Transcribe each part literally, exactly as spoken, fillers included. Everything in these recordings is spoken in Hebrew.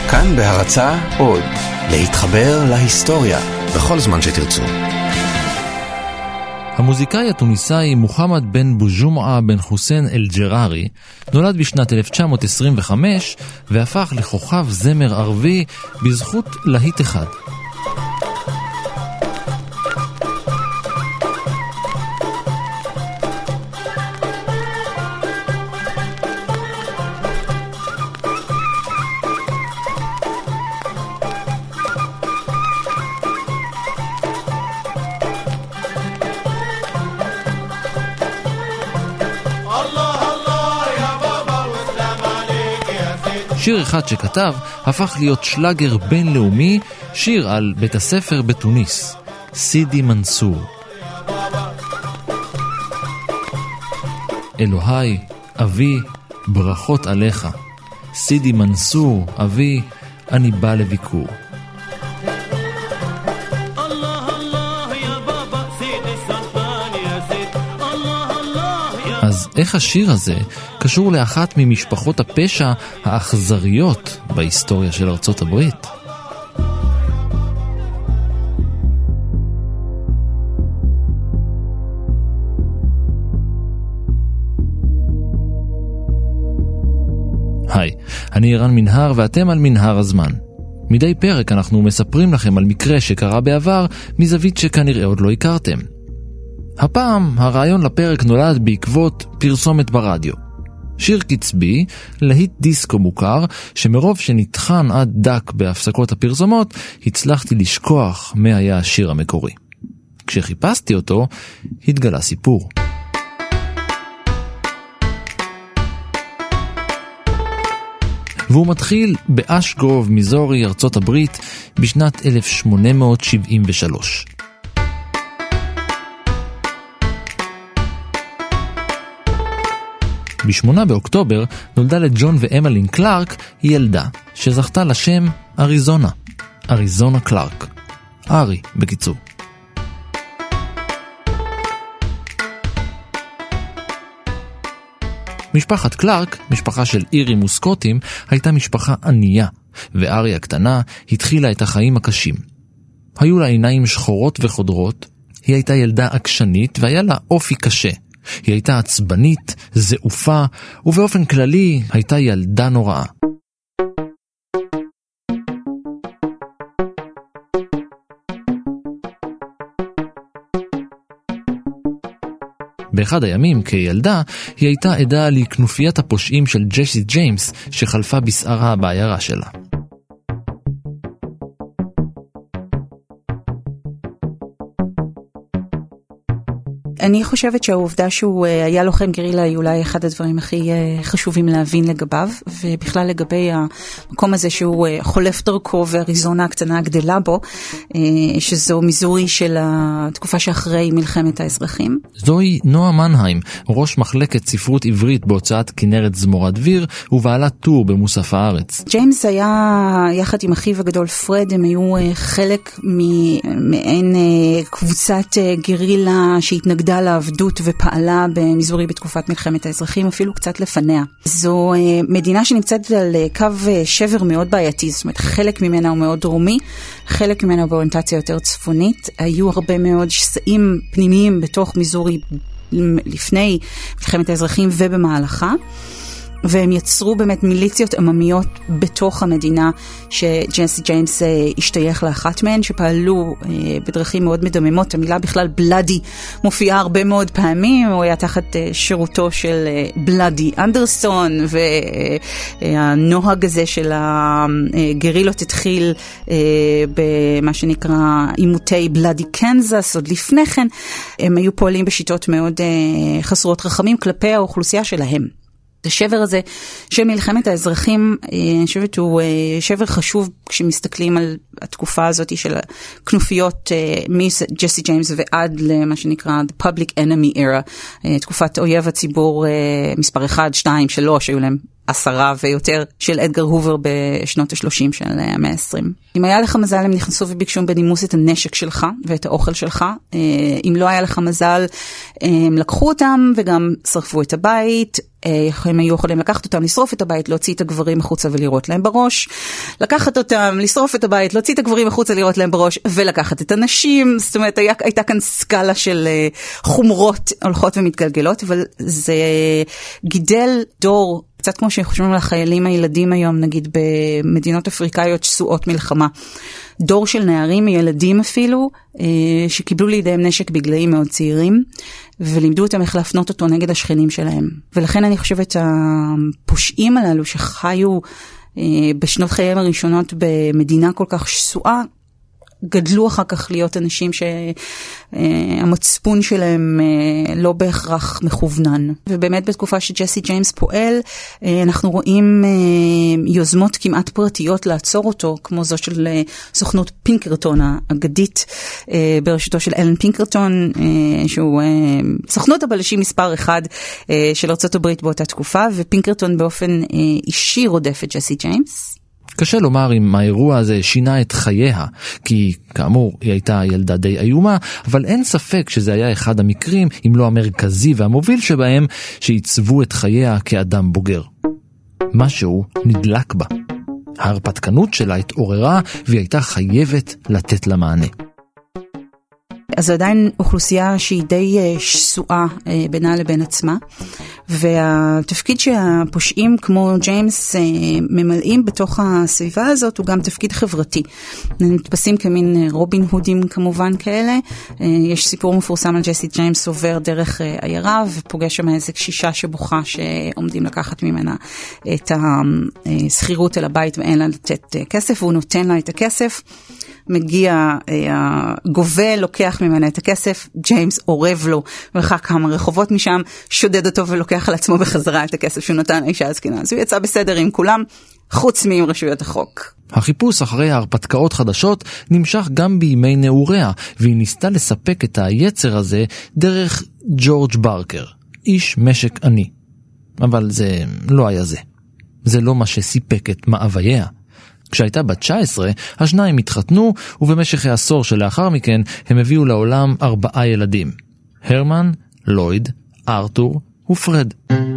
כאן בהרצאה עוד, להתחבר להיסטוריה בכל זמן שתרצו. המוזיקאי התוניסאי מוחמד בן בוג'ומעה בן חוסיין אל-ג'רארי נולד בשנת אלף תשע מאות עשרים וחמש והפך לכוכב זמר ערבי בזכות להיט אחד. שיר אחד שכתב הפך להיות שלאגר בינלאומי, שיר על בית הספר בתוניס, סידי מנסור. אלוהי, אבי, ברכות עליך. סידי מנסור, אבי, אני בא לביקור. אז איך השיר הזה קשור לאחת ממשפחות הפשע האכזריות בהיסטוריה של ארצות הברית? היי, אני אירן מנהר ואתם על מנהר הזמן. מדי פרק אנחנו מספרים לכם על מקרה שקרה בעבר מזווית שכנראה עוד לא הכרתם. הפעם הרעיון לפרק נולד בעקבות פרסומת ברדיו. שיר קצבי, להיט דיסקו מוכר, שמרוב שנתחן עד דק בהפסקות הפרסומות, הצלחתי לשכוח מה היה השיר המקורי. כשחיפשתי אותו, התגלה סיפור. והוא מתחיל באש גרוב, מיזורי, ארצות הברית, בשנת אלף שמונה מאות שבעים ושלוש. בשמונה באוקטובר נולדה לג'ון ואמלין קלארק ילדה שזכתה לשם אריזונה. אריזונה קלארק. ארי בקיצור. משפחת קלארק, משפחה של אירים וסקוטים, הייתה משפחה ענייה, וארי הקטנה התחילה את החיים הקשים. היו לה עיניים שחורות וחודרות, היא הייתה ילדה עקשנית והיה לה אופי קשה. היא הייתה עצבנית, זעופה, ובאופן כללי הייתה ילדה נוראה. באחד הימים, כילדה, היא הייתה עדה לכנופיית הפושעים של ג'סי ג'יימס, שחלפה בשערה בעיירה שלה. אני חושבת שהעובדה שהוא היה לוחם גרילה היא אולי אחד הדברים הכי חשובים להבין לגביו, ובכלל לגבי המקום הזה שהוא חולף דרכו ואריזונה הקטנה גדלה בו, שזו מיזורי של התקופה שאחרי מלחמת האזרחים. זוהי נועה מנהיים, ראש מחלקת ספרות עברית בהוצאת כנרת זמורה דביר, ובעלת טור במוסף הארץ. ג'יימס היה יחד עם אחיו הגדול פרד, הם היו חלק מעין קבוצת גרילה שהתנגדה לעבדות ופעלה במיזורי בתקופת מלחמת האזרחים, אפילו קצת לפניה. זו מדינה שנמצאת על קו שבר מאוד בעייתי, זאת אומרת חלק ממנה הוא מאוד דרומי, חלק ממנה באוריינטציה יותר צפונית. היו הרבה מאוד שסעים פנימיים בתוך מיזורי לפני מלחמת האזרחים ובמהלכה, והם יצרו באמת מיליציות עממיות בתוך המדינה שג'סי ג'יימס השתייך לאחת מהן, שפעלו בדרכים מאוד מדממות. המילה בכלל בלאדי מופיעה הרבה מאוד פעמים, הוא היה תחת שירותו של בלאדי אנדרסון, והנוהג הזה של הגרילות התחיל במה שנקרא עימותי בלאדי קנזס. עוד לפני כן הם היו פועלים בשיטות מאוד חסרות רחמים כלפי האוכלוסייה שלהם. השבר הזה של מלחמת האזרחים, אני חושבת הוא שבר חשוב כשמסתכלים על התקופה הזאת של הכנופיות מג'סי ג'יימס ועד למה שנקרא the public enemy era, תקופת אויב הציבור מספר אחד, שתיים, שלוש, היו להם עשרה ויותר של אדגר הובר בשנות ה-שלושים של המאה ה-עשרים. אם היה לך מזל, הם נכנסו וביקשו בנימוס את הנשק שלך ואת האוכל שלך. אם לא היה לך מזל, הם לקחו אותם וגם שרפו את הבית. הם היו יכולים לקחת אותם, לשרוף את הבית, להוציא את הגברים החוצה ולירות להם בראש, לקחת אותם, לשרוף את הבית, להוציא את הגברים החוצה, לירות להם בראש, ולקחת את הנשים. זאת אומרת, היה, הייתה כאן סקאלה של חומרות הולכות ומתגלגלות, אבל זה גידל דור, קצת כמו שחושבים על החיילים הילדים היום, נגיד במדינות אפריקאיות שסועות מלחמה. דור של נערים, ילדים אפילו, שקיבלו לידיהם נשק בגלאים מאוד צעירים, ולימדו אותם איך להפנות אותו נגד השכנים שלהם. ולכן אני חושבת הפושעים הללו שחיו בשנות חייהם הראשונות במדינה כל כך שסועה, גדלו אחר כך להיות אנשים שהמצפון שלהם לא בהכרח מכוונן. ובאמת בתקופה שג'סי ג'יימס פועל, אנחנו רואים יוזמות כמעט פרטיות לעצור אותו, כמו זו של סוכנות פינקרטון האגדית, בראשותו של אלן פינקרטון, שהוא סוכנות הבלשים מספר אחד של ארצות הברית באותה תקופה, ופינקרטון באופן אישי רודף את ג'סי ג'יימס. קשה לומר אם האירוע הזה שינה את חייה, כי כאמור היא הייתה ילדה די איומה, אבל אין ספק שזה היה אחד המקרים, אם לא המרכזי והמוביל שבהם, שעיצבו את חייה כאדם בוגר. משהו נדלק בה. ההרפתקנות שלה התעוררה והיא הייתה חייבת לתת לה מענה. אז עדיין אוכלוסייה שהיא די שסועה בינה לבין עצמה, והתפקיד שהפושעים כמו ג'יימס ממלאים בתוך הסביבה הזאת הוא גם תפקיד חברתי. נתפסים כמין רובין הודים כמובן כאלה. יש סיפור מפורסם על ג'סי ג'יימס עובר דרך עיירה ופוגש שם איזו קשישה שבוכה שעומדים לקחת ממנה את הסחירות אל הבית ואין לה לתת כסף, והוא נותן לה את הכסף. מגיע הגובה, לוקח ממנה את הכסף, ג'יימס עורב לו, ולך כמה רחובות משם, שודד אותו ולוקח על עצמו בחזרה את הכסף שהוא נתן לאישה הזקנה. אז הוא יצא בסדר עם כולם, חוץ מעם רשויות החוק. החיפוש אחרי ההרפתקאות חדשות נמשך גם בימי נעוריה, והיא ניסתה לספק את היצר הזה דרך ג'ורג' ברקר, איש משק עני. אבל זה לא היה זה. זה לא מה שסיפק את מאווייה. כשהייתה בת תשע עשרה, השניים התחתנו, ובמשך העשור שלאחר מכן הם הביאו לעולם ארבעה ילדים. הרמן, לויד, ארתור ופרד.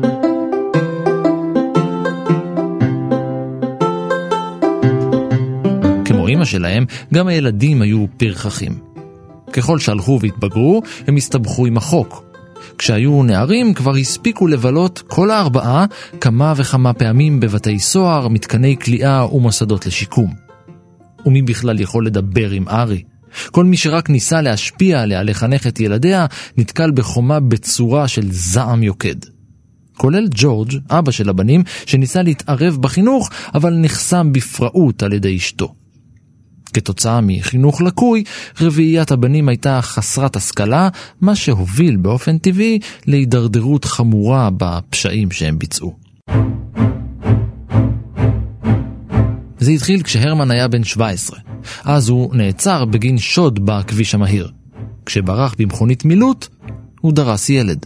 כמו אמא שלהם, גם הילדים היו פרחחים. ככל שהלכו והתבגרו, הם הסתבכו עם החוק. כשהיו נערים כבר הספיקו לבלות כל הארבעה כמה וכמה פעמים בבתי סוהר, מתקני כליאה ומוסדות לשיקום. ומי בכלל יכול לדבר עם ארי? כל מי שרק ניסה להשפיע עליה, לחנך את ילדיה, נתקל בחומה בצורה של זעם יוקד. כולל ג'ורג', אבא של הבנים, שניסה להתערב בחינוך, אבל נחסם בפראות על ידי אשתו. כתוצאה מחינוך לקוי, רביעיית הבנים הייתה חסרת השכלה, מה שהוביל באופן טבעי להידרדרות חמורה בפשעים שהם ביצעו. זה התחיל כשהרמן היה בן שבע עשרה. אז הוא נעצר בגין שוד בכביש המהיר. כשברח במכונית מילוט, הוא דרס ילד.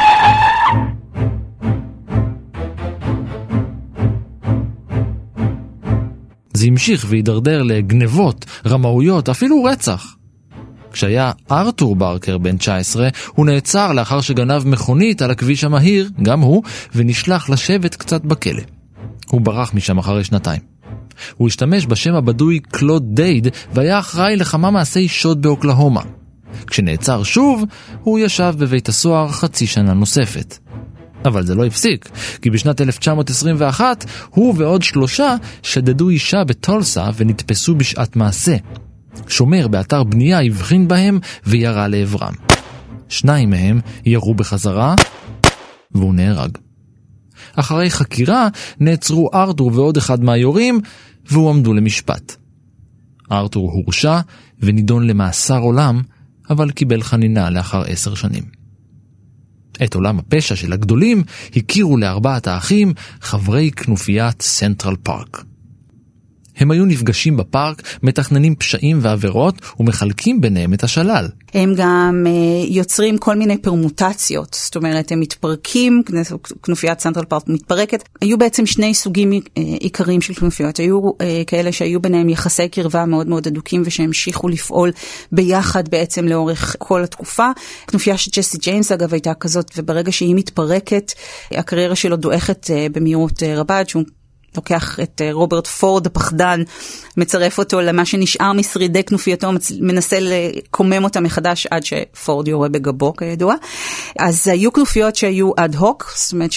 זה המשיך והידרדר לגנבות, רמאויות, אפילו רצח. כשהיה ארתור ברקר בן תשע עשרה, הוא נעצר לאחר שגנב מכונית על הכביש המהיר, גם הוא, ונשלח לשבת קצת בכלא. הוא ברח משם אחרי שנתיים. הוא השתמש בשם הבדוי קלוד דייד, והיה אחראי לכמה מעשי שוד באוקלהומה. כשנעצר שוב, הוא ישב בבית הסוהר חצי שנה נוספת. אבל זה לא הפסיק, כי בשנת אלף תשע מאות עשרים ואחת הוא ועוד שלושה שדדו אישה בטולסה ונתפסו בשעת מעשה. שומר באתר בנייה הבחין בהם וירה לעברם. שניים מהם ירו בחזרה והוא נהרג. אחרי חקירה נעצרו ארתור ועוד אחד מהיורים והוא עמדו למשפט. ארתור הורשע ונידון למאסר עולם, אבל קיבל חנינה לאחר עשר שנים. את עולם הפשע של הגדולים הכירו לארבעת האחים חברי כנופיית סנטרל פארק. הם היו נפגשים בפארק, מתכננים פשעים ועבירות ומחלקים ביניהם את השלל. הם גם uh, יוצרים כל מיני פרמוטציות, זאת אומרת, הם מתפרקים, כנופיית סנטרל פארק מתפרקת. היו בעצם שני סוגים uh, עיקריים של כנופיות. היו uh, כאלה שהיו ביניהם יחסי קרבה מאוד מאוד אדוקים, ושהמשיכו לפעול ביחד בעצם לאורך כל התקופה. כנופיה של ג'סי ג'יימס, אגב, הייתה כזאת, וברגע שהיא מתפרקת, הקריירה שלו דועכת uh, במהירות uh, רבה, שהוא לוקח את רוברט פורד הפחדן, מצרף אותו למה שנשאר משרידי כנופייתו, מנסה לקומם אותה מחדש עד שפורד יורה בגבו כידוע. אז היו כנופיות שהיו אד הוק, זאת אומרת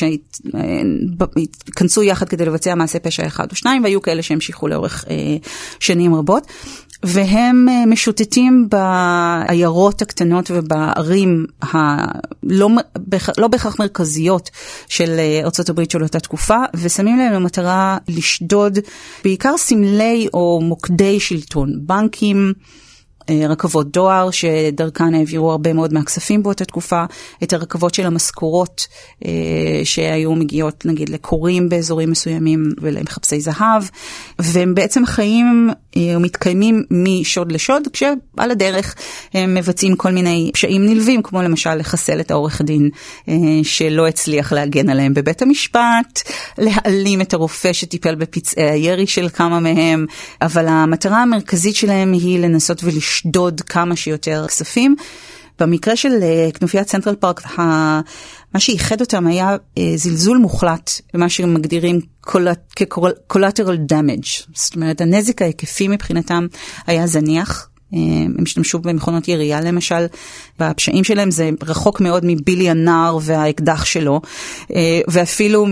שהתכנסו יחד כדי לבצע מעשה פשע אחד או שניים, והיו כאלה שהמשיכו לאורך אה, שנים רבות. והם משוטטים בעיירות הקטנות ובערים הלא לא בהכרח מרכזיות של ארצות הברית של אותה תקופה, ושמים להם למטרה לשדוד בעיקר סמלי או מוקדי שלטון, בנקים, רכבות דואר, שדרכן העבירו הרבה מאוד מהכספים באותה תקופה, את הרכבות של המשכורות שהיו מגיעות נגיד לקוראים באזורים מסוימים ולמחפשי זהב, והם בעצם חיים ומתקיימים משוד לשוד, כשעל הדרך הם מבצעים כל מיני פשעים נלווים, כמו למשל לחסל את העורך דין שלא הצליח להגן עליהם בבית המשפט, להעלים את הרופא שטיפל בפצעי הירי של כמה מהם, אבל המטרה המרכזית שלהם היא לנסות ולשדוד לשדוד כמה שיותר כספים. במקרה של כנופיית סנטרל פארק, מה שייחד אותם היה זלזול מוחלט במה שמגדירים collateral damage. זאת אומרת, הנזק ההיקפי מבחינתם היה זניח. הם השתמשו במכונות ירייה למשל, בפשעים שלהם זה רחוק מאוד מבילי הנער והאקדח שלו, ואפילו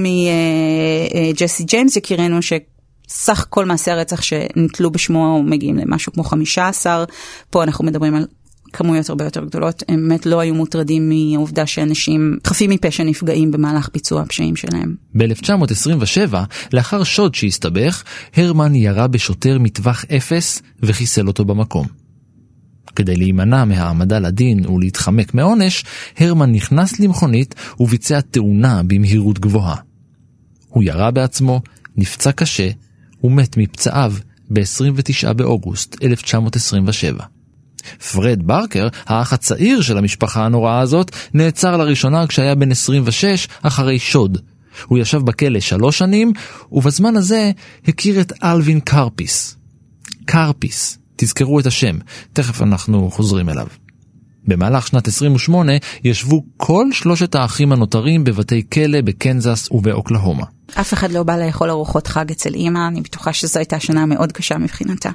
מג'סי ג'יימס יכירנו ש סך כל מעשי הרצח שנטלו בשמו מגיעים למשהו כמו חמישה עשר, פה אנחנו מדברים על כמויות הרבה יותר גדולות, הם באמת לא היו מוטרדים מהעובדה שאנשים חפים מפשע נפגעים במהלך ביצוע הפשעים שלהם. ב-אלף תשע מאות עשרים ושבע, לאחר שוד שהסתבך, הרמן ירה בשוטר מטווח אפס וחיסל אותו במקום. כדי להימנע מהעמדה לדין ולהתחמק מעונש, הרמן נכנס למכונית וביצע תאונה במהירות גבוהה. הוא ירה בעצמו, נפצע קשה, ומת מפצעיו ב-עשרים ותשעה באוגוסט אלף תשע מאות עשרים ושבע. פרד ברקר, האח הצעיר של המשפחה הנוראה הזאת, נעצר לראשונה כשהיה בן עשרים ושש אחרי שוד. הוא ישב בכלא שלוש שנים, ובזמן הזה הכיר את אלווין קרפיס. קרפיס, תזכרו את השם, תכף אנחנו חוזרים אליו. במהלך שנת עשרים ושמונה ישבו כל שלושת האחים הנותרים בבתי כלא בקנזס ובאוקלהומה. אף אחד לא בא לאכול ארוחות חג אצל אמא, אני בטוחה שזו הייתה שנה מאוד קשה מבחינתה.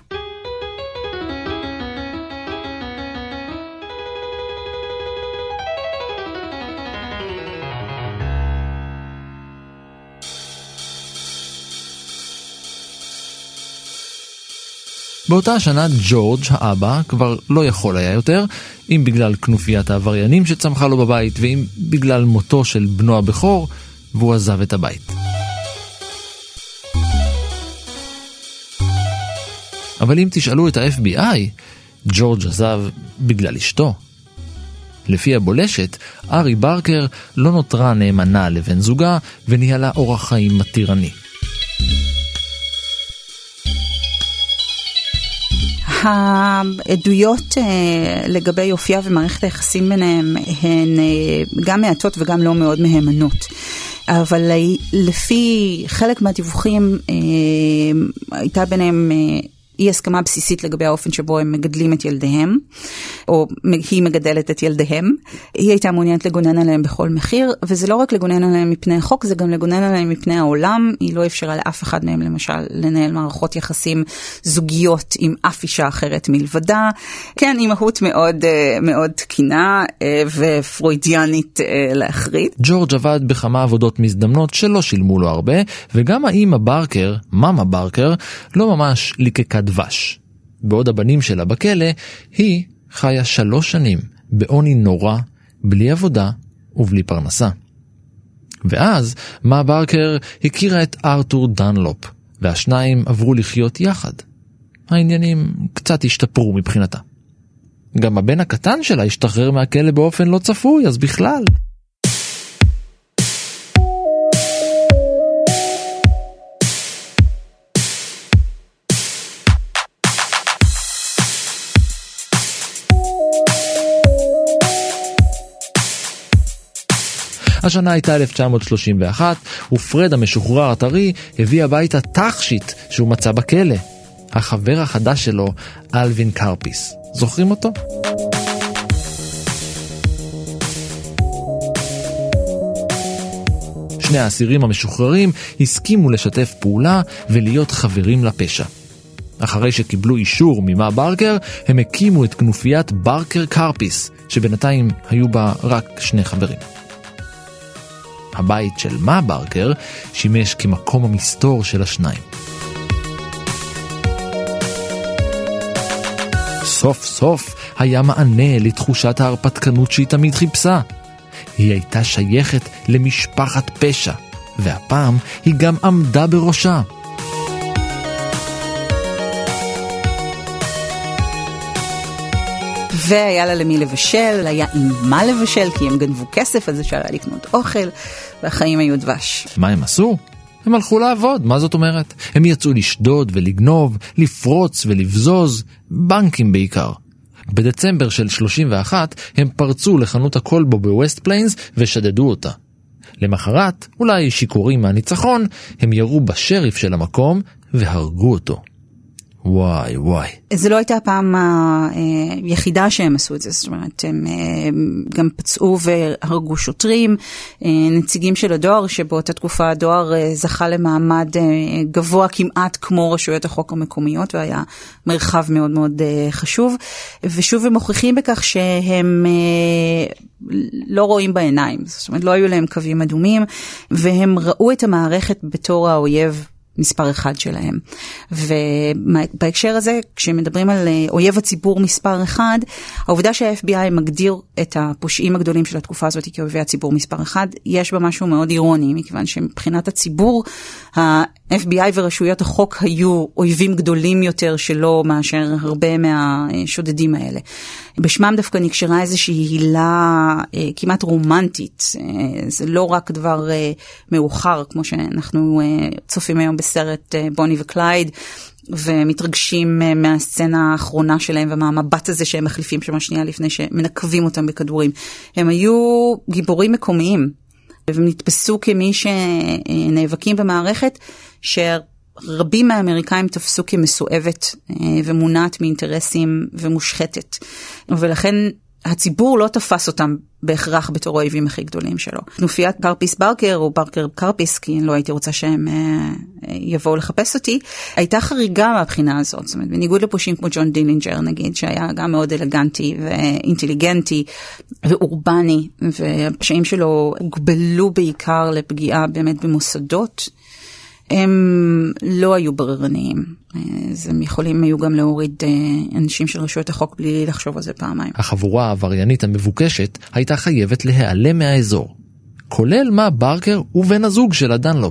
באותה השנה ג'ורג' האבא כבר לא יכול היה יותר, אם בגלל כנופיית העבריינים שצמחה לו בבית, ואם בגלל מותו של בנו הבכור, והוא עזב את הבית. אבל אם תשאלו את ה-אף בי איי, ג'ורג' עזב בגלל אשתו. לפי הבולשת, ארי ברקר לא נותרה נאמנה לבן זוגה, וניהלה אורח חיים מתירני. העדויות לגבי יופייה ומערכת היחסים ביניהם הן גם מעטות וגם לא מאוד מהימנות. אבל לפי חלק מהדיווחים הייתה ביניהם אי הסכמה בסיסית לגבי האופן שבו הם מגדלים את ילדיהם, או היא מגדלת את ילדיהם. היא הייתה מעוניינת לגונן עליהם בכל מחיר, וזה לא רק לגונן עליהם מפני החוק, זה גם לגונן עליהם מפני העולם. היא לא אפשרה לאף אחד מהם, למשל, לנהל מערכות יחסים זוגיות עם אף אישה אחרת מלבדה. כן, אימהות מאוד, מאוד תקינה ופרוידיאנית להחריד. ג'ורג' עבד בכמה עבודות מזדמנות שלא שילמו לו הרבה, וגם האמא ברקר, מאמה ברקר, לא ממש ליקקה דבש. בעוד הבנים שלה בכלא, היא חיה שלוש שנים בעוני נורא, בלי עבודה ובלי פרנסה. ואז מה ברקר הכירה את ארתור דנלופ, והשניים עברו לחיות יחד. העניינים קצת השתפרו מבחינתה. גם הבן הקטן שלה השתחרר מהכלא באופן לא צפוי, אז בכלל. השנה הייתה אלף תשע מאות שלושים ואחת, ופרד המשוחרר הטרי הביא הביתה תכשיט שהוא מצא בכלא. החבר החדש שלו, אלווין קרפיס. זוכרים אותו? שני האסירים המשוחררים הסכימו לשתף פעולה ולהיות חברים לפשע. אחרי שקיבלו אישור ממה ברקר, הם הקימו את כנופיית ברקר קרפיס, שבינתיים היו בה רק שני חברים. הבית של מה ברקר שימש כמקום המסתור של השניים. סוף סוף היה מענה לתחושת ההרפתקנות שהיא תמיד חיפשה. היא הייתה שייכת למשפחת פשע, והפעם היא גם עמדה בראשה. והיה לה למי לבשל, היה עם מה לבשל, כי הם גנבו כסף, אז אפשר היה לקנות אוכל, והחיים היו דבש. מה הם עשו? הם הלכו לעבוד, מה זאת אומרת? הם יצאו לשדוד ולגנוב, לפרוץ ולבזוז, בנקים בעיקר. בדצמבר של שלושים ואחת הם פרצו לחנות הקולבו בווסט פליינס ושדדו אותה. למחרת, אולי שיקורים מהניצחון, הם ירו בשריף של המקום והרגו אותו. וואי וואי. זה לא הייתה הפעם היחידה שהם עשו את זה, זאת אומרת, הם גם פצעו והרגו שוטרים, נציגים של הדואר, שבאותה תקופה הדואר זכה למעמד גבוה כמעט כמו רשויות החוק המקומיות, והיה מרחב מאוד מאוד חשוב, ושוב הם מוכיחים בכך שהם לא רואים בעיניים, זאת אומרת, לא היו להם קווים אדומים, והם ראו את המערכת בתור האויב מספר אחד שלהם. ובהקשר הזה, כשמדברים על אויב הציבור מספר אחד, העובדה שה-אף בי איי מגדיר את הפושעים הגדולים של התקופה הזאת כאויבי הציבור מספר אחד, יש בה משהו מאוד אירוני, מכיוון שמבחינת הציבור, ה-אף בי איי ורשויות החוק היו אויבים גדולים יותר שלו מאשר הרבה מהשודדים האלה. בשמם דווקא נקשרה איזושהי הילה אה, כמעט רומנטית. אה, זה לא רק דבר אה, מאוחר, כמו שאנחנו אה, צופים היום בסרט אה, בוני וקלייד, ומתרגשים אה, מהסצנה האחרונה שלהם, ומהמבט הזה שהם מחליפים שם השנייה לפני שמנקבים אותם בכדורים. הם היו גיבורים מקומיים, והם נתפסו כמי שנאבקים במערכת, שרבים מהאמריקאים תפסו כמסואבת ומונעת מאינטרסים ומושחתת. ולכן הציבור לא תפס אותם בהכרח בתור האויבים הכי גדולים שלו. כנופיית קרפיס ברקר, או ברקר קרפיס, כי אני לא הייתי רוצה שהם יבואו לחפש אותי, הייתה חריגה מהבחינה הזאת. זאת אומרת, בניגוד לפושעים כמו ג'ון דילינג'ר, נגיד, שהיה גם מאוד אלגנטי ואינטליגנטי ואורבני, והפשעים שלו הוגבלו בעיקר לפגיעה באמת במוסדות, הם לא היו בררניים. אז הם יכולים היו גם להוריד אנשים של רשויות החוק בלי לחשוב על זה פעמיים. החבורה העבריינית המבוקשת הייתה חייבת להיעלם מהאזור, כולל מה ברקר ובן הזוג של הדנלופ.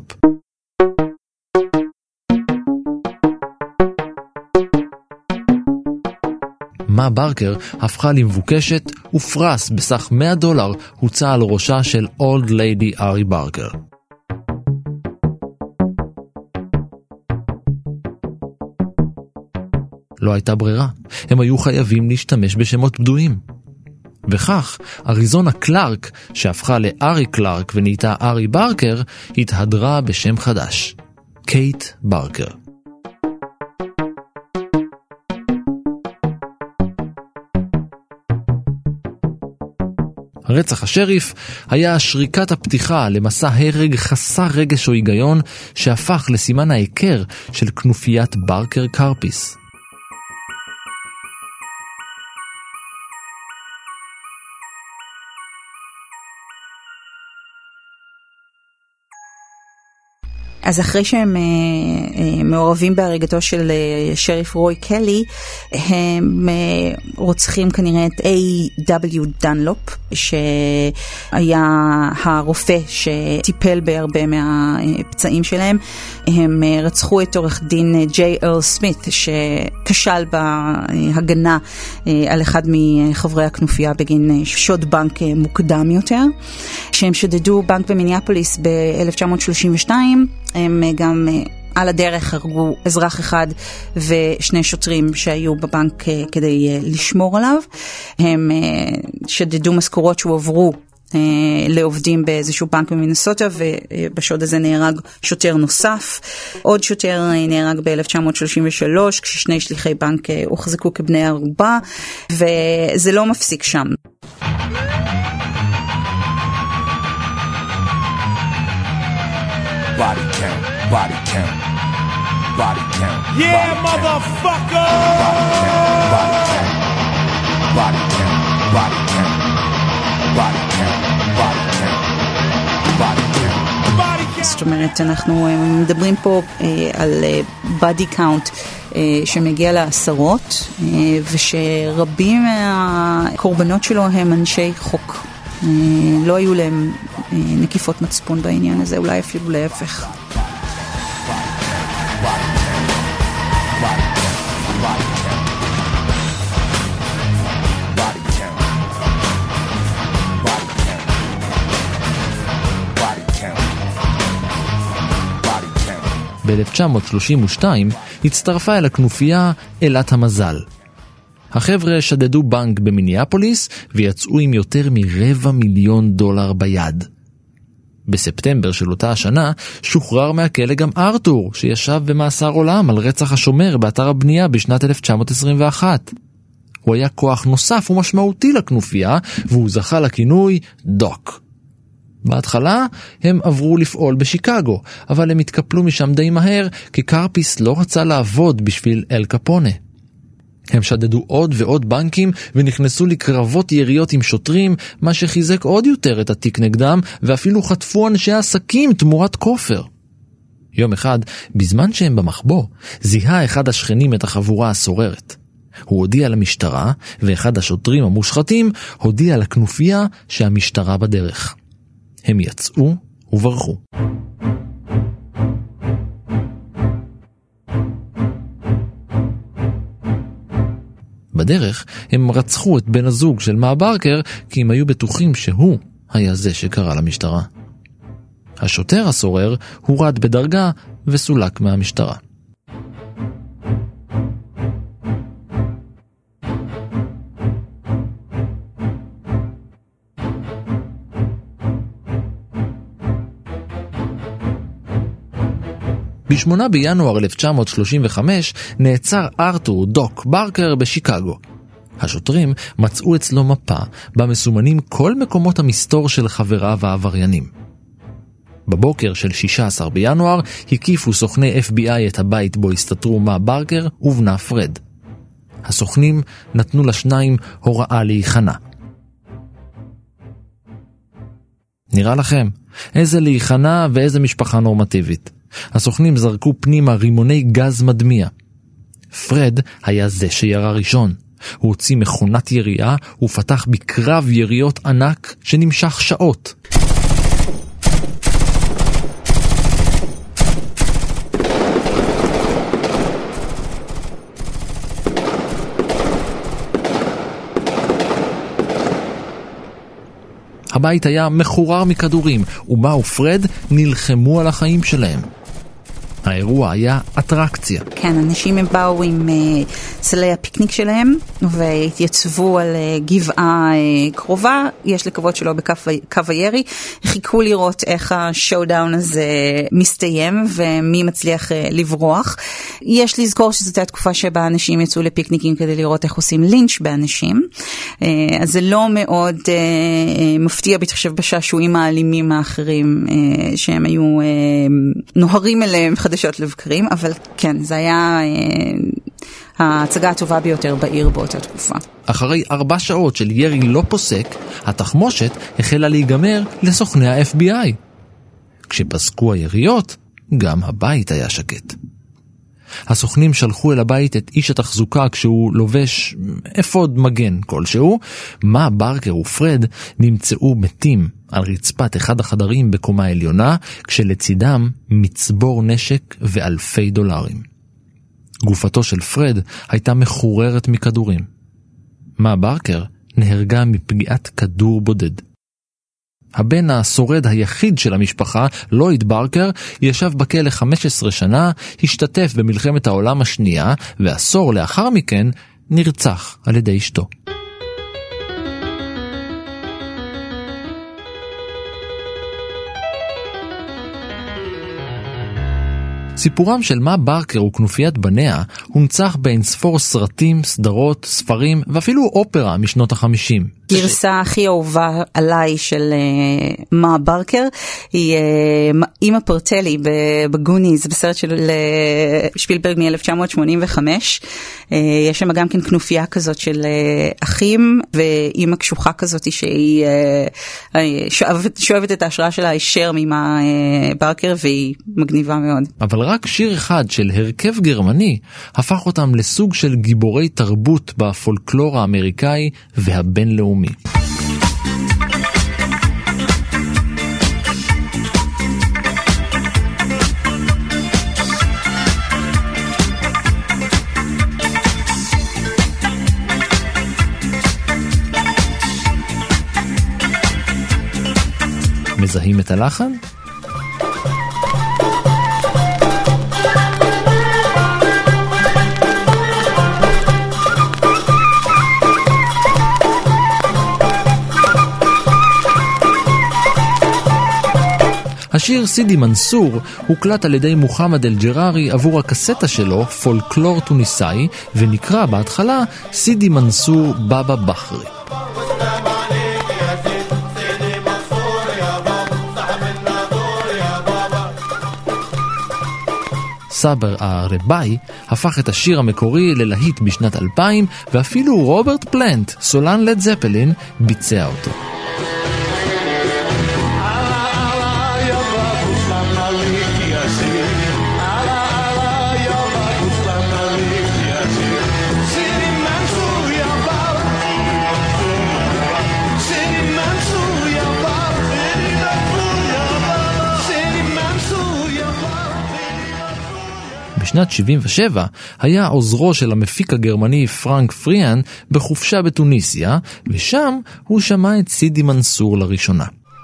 מה ברקר הפכה למבוקשת, ופרס בסך מאה דולר הוצא על ראשה של אולד ליידי ארי ברקר. לא הייתה ברירה, הם היו חייבים להשתמש בשמות בדויים. וכך, אריזונה קלארק, שהפכה לארי קלארק ונהייתה ארי ברקר, התהדרה בשם חדש, קייט ברקר. רצח השריף היה שריקת הפתיחה למסע הרג חסר רגש או היגיון, שהפך לסימן ההיכר של כנופיית ברקר קרפיס. אז אחרי שהם אה, אה, מעורבים בהרגתו של אה, שריף רוי קלי, הם אה, רוצחים כנראה את איי דאבליו דנלופ, שהיה הרופא שטיפל בהרבה מהפצעים שלהם. הם אה, רצחו את עורך דין ג'יי ארל סמית, שכשל בהגנה אה, על אחד מחברי הכנופיה בגין שוד בנק אה, מוקדם יותר. שהם שדדו בנק במיניאפוליס ב-אלף תשע מאות שלושים ושתיים, הם גם על הדרך הרגו אזרח אחד ושני שוטרים שהיו בבנק כדי לשמור עליו. הם שדדו משכורות שהועברו לעובדים באיזשהו בנק במינסוטה, ובשוד הזה נהרג שוטר נוסף. עוד שוטר נהרג ב-אלף תשע מאות שלושים ושלוש, כששני שליחי בנק הוחזקו כבני ערובה, וזה לא מפסיק שם. Body count, body count, body count. Yeah, motherfucker! Body count, body count, body count, body count, body count, body count, body count. זאת אומרת, אנחנו מדברים פה על body count שמגיע לעשרות, ושרבים מהקורבנות שלו הם אנשי חוק. לא היו להם נקיפות מצפון בעניין הזה, אולי אפילו להפך. ב-אלף תשע מאות שלושים ושתיים הצטרפה אל הכנופיה אלת המזל. החבר'ה שדדו בנק במיניאפוליס ויצאו עם יותר מרבע מיליון דולר ביד. בספטמבר של אותה השנה שוחרר מהכלא גם ארתור, שישב במאסר עולם על רצח השומר באתר הבנייה בשנת אלף תשע מאות עשרים ואחת. הוא היה כוח נוסף ומשמעותי לכנופיה, והוא זכה לכינוי דוק. בהתחלה הם עברו לפעול בשיקגו, אבל הם התקפלו משם די מהר, כי קרפיס לא רצה לעבוד בשביל אל קפונה. הם שדדו עוד ועוד בנקים ונכנסו לקרבות יריות עם שוטרים, מה שחיזק עוד יותר את התיק נגדם, ואפילו חטפו אנשי עסקים תמורת כופר. יום אחד, בזמן שהם במחבוא, זיהה אחד השכנים את החבורה הסוררת. הוא הודיע למשטרה, ואחד השוטרים המושחתים הודיע לכנופיה שהמשטרה בדרך. הם יצאו וברחו. בדרך הם רצחו את בן הזוג של מא ברקר, כי הם היו בטוחים שהוא היה זה שקרא למשטרה. השוטר הסורר הורד בדרגה וסולק מהמשטרה. ב-שמונה בינואר אלף תשע מאות שלושים וחמש נעצר ארתור דוק ברקר בשיקגו. השוטרים מצאו אצלו מפה בה מסומנים כל מקומות המסתור של חבריו העבריינים. בבוקר של שישה עשר בינואר הקיפו סוכני אף בי איי את הבית בו הסתתרו מא ברקר ובנה פרד. הסוכנים נתנו לשניים הוראה להיכנע. נראה לכם? איזה להיכנע ואיזה משפחה נורמטיבית. הסוכנים זרקו פנימה רימוני גז מדמיע. פרד היה זה שירה ראשון. הוא הוציא מכונת ירייה ופתח בקרב יריות ענק שנמשך שעות. הבית היה מחורר מכדורים, ומה ופרד נלחמו על החיים שלהם. האירוע היה אטרקציה. כן, אנשים הם באו עם uh, סלי הפיקניק שלהם, והתייצבו על uh, גבעה uh, קרובה, יש לקוות שלא בקו הירי, חיכו לראות איך השואודאון הזה מסתיים, ומי מצליח uh, לברוח. יש לזכור שזאת התקופה שבה אנשים יצאו לפיקניקים כדי לראות איך עושים לינץ' באנשים, uh, אז זה לא מאוד uh, uh, מפתיע בהתחשב בשעשועים האלימים האחרים, uh, שהם היו uh, נוהרים אליהם חדשות לבקרים, אבל כן, זה היה אה, ההצגה הטובה ביותר בעיר באותה תקופה. אחרי ארבע שעות של ירי לא פוסק, התחמושת החלה להיגמר לסוכני ה-אף בי איי. כשפסקו היריות, גם הבית היה שקט. הסוכנים שלחו אל הבית את איש התחזוקה כשהוא לובש אפוד מגן כלשהו. מא ברקר ופרד נמצאו מתים על רצפת אחד החדרים בקומה העליונה, כשלצידם מצבור נשק ואלפי דולרים. גופתו של פרד הייתה מחוררת מכדורים. מא ברקר נהרגה מפגיעת כדור בודד. הבן השורד היחיד של המשפחה, לויד ברקר, ישב בכלא חמש עשרה שנה, השתתף במלחמת העולם השנייה, ועשור לאחר מכן נרצח על ידי אשתו. סיפורם של מה ברקר וכנופיית בניה הונצח באין ספור סרטים, סדרות, ספרים ואפילו אופרה משנות החמישים. גרסה הכי אהובה עליי של uh, מה ברקר היא uh, אימא פרטלי בגוניז, בסרט של uh, שפילברג מ-אלף תשע מאות שמונים וחמש. Uh, יש שם גם כן כנופיה כזאת של uh, אחים, ואימא קשוחה כזאת שהיא uh, uh, שואבת, שואבת את ההשראה שלה הישר ממה uh, ברקר, והיא מגניבה מאוד. אבל רק שיר אחד של הרכב גרמני הפך אותם לסוג של גיבורי תרבות בפולקלור האמריקאי והבינלאומי. מזהים את הלחן? השיר סידי מנסור הוקלט על ידי מוחמד אל-ג'רארי עבור הקסטה שלו, פולקלור טוניסאי, ונקרא בהתחלה סידי מנסור בבא בחרי. סאבר הרבאי הפך את השיר המקורי ללהיט בשנת אלפיים, ואפילו רוברט פלנט, סולן לד זפלין, ביצע אותו. בשנת שבעים ושבע היה עוזרו של המפיק הגרמני פרנק פריאן בחופשה בתוניסיה, ושם הוא שמע את סידי מנסור לראשונה.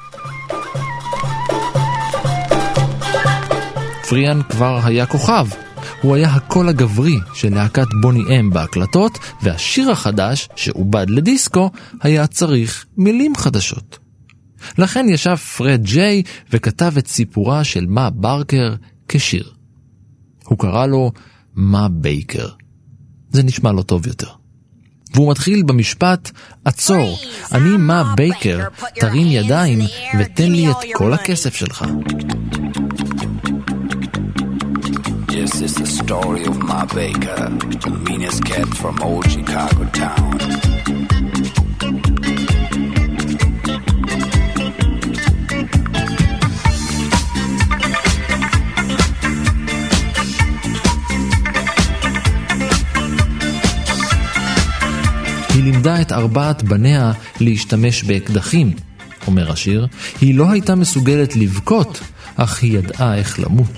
פריאן כבר היה כוכב. הוא היה הקול הגברי של להקת בוני אם בהקלטות, והשיר החדש שעובד לדיסקו היה צריך מילים חדשות. לכן ישב פרד ג'יי וכתב את סיפורה של מה ברקר כשיר. הוא קרא לו מה בייקר. זה נשמע לו טוב יותר. והוא מתחיל במשפט, עצור, אני מה בייקר, תרים ידיים ותן לי את כל הכסף שלך. This is the story of Ma Baker, the meanest cat from old Chicago town. היא לימדה את ארבעת בניה להשתמש באקדחים, אומר השיר. היא לא הייתה מסוגלת לבכות, אך היא ידעה איך למות.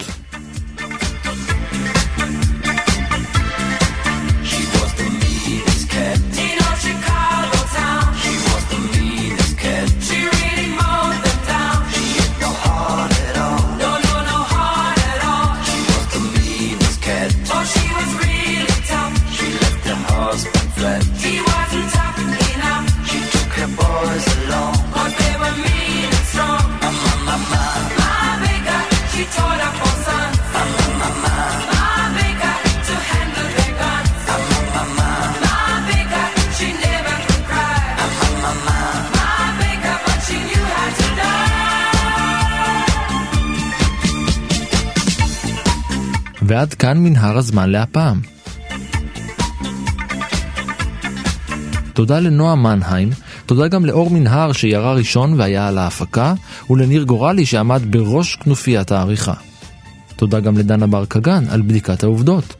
ועד כאן מנהר הזמן להפעם. תודה לנועה מנהיים, תודה גם לאור מנהר שירה ראשון והיה על ההפקה, ולניר גורלי שעמד בראש כנופיית העריכה. תודה גם לדנה בר קגן על בדיקת העובדות.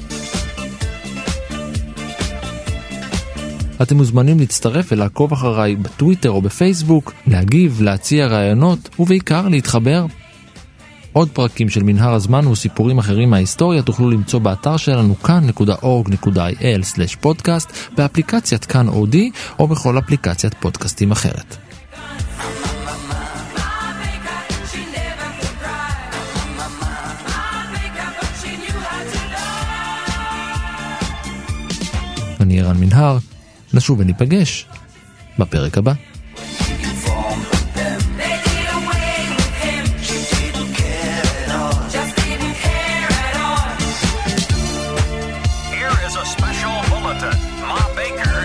אתם מוזמנים להצטרף ולעקוב אחריי בטוויטר או בפייסבוק, להגיב, להציע רעיונות ובעיקר להתחבר. עוד פרקים של מנהר הזמן וסיפורים אחרים מההיסטוריה תוכלו למצוא באתר שלנו כאן נקודה אורג נקודה איי אל סלש פודקאסט, באפליקציית כאן אודי או בכל אפליקציית פודקאסטים אחרת. אני ערן מנהר, נשוב וניפגש בפרק הבא. Baker.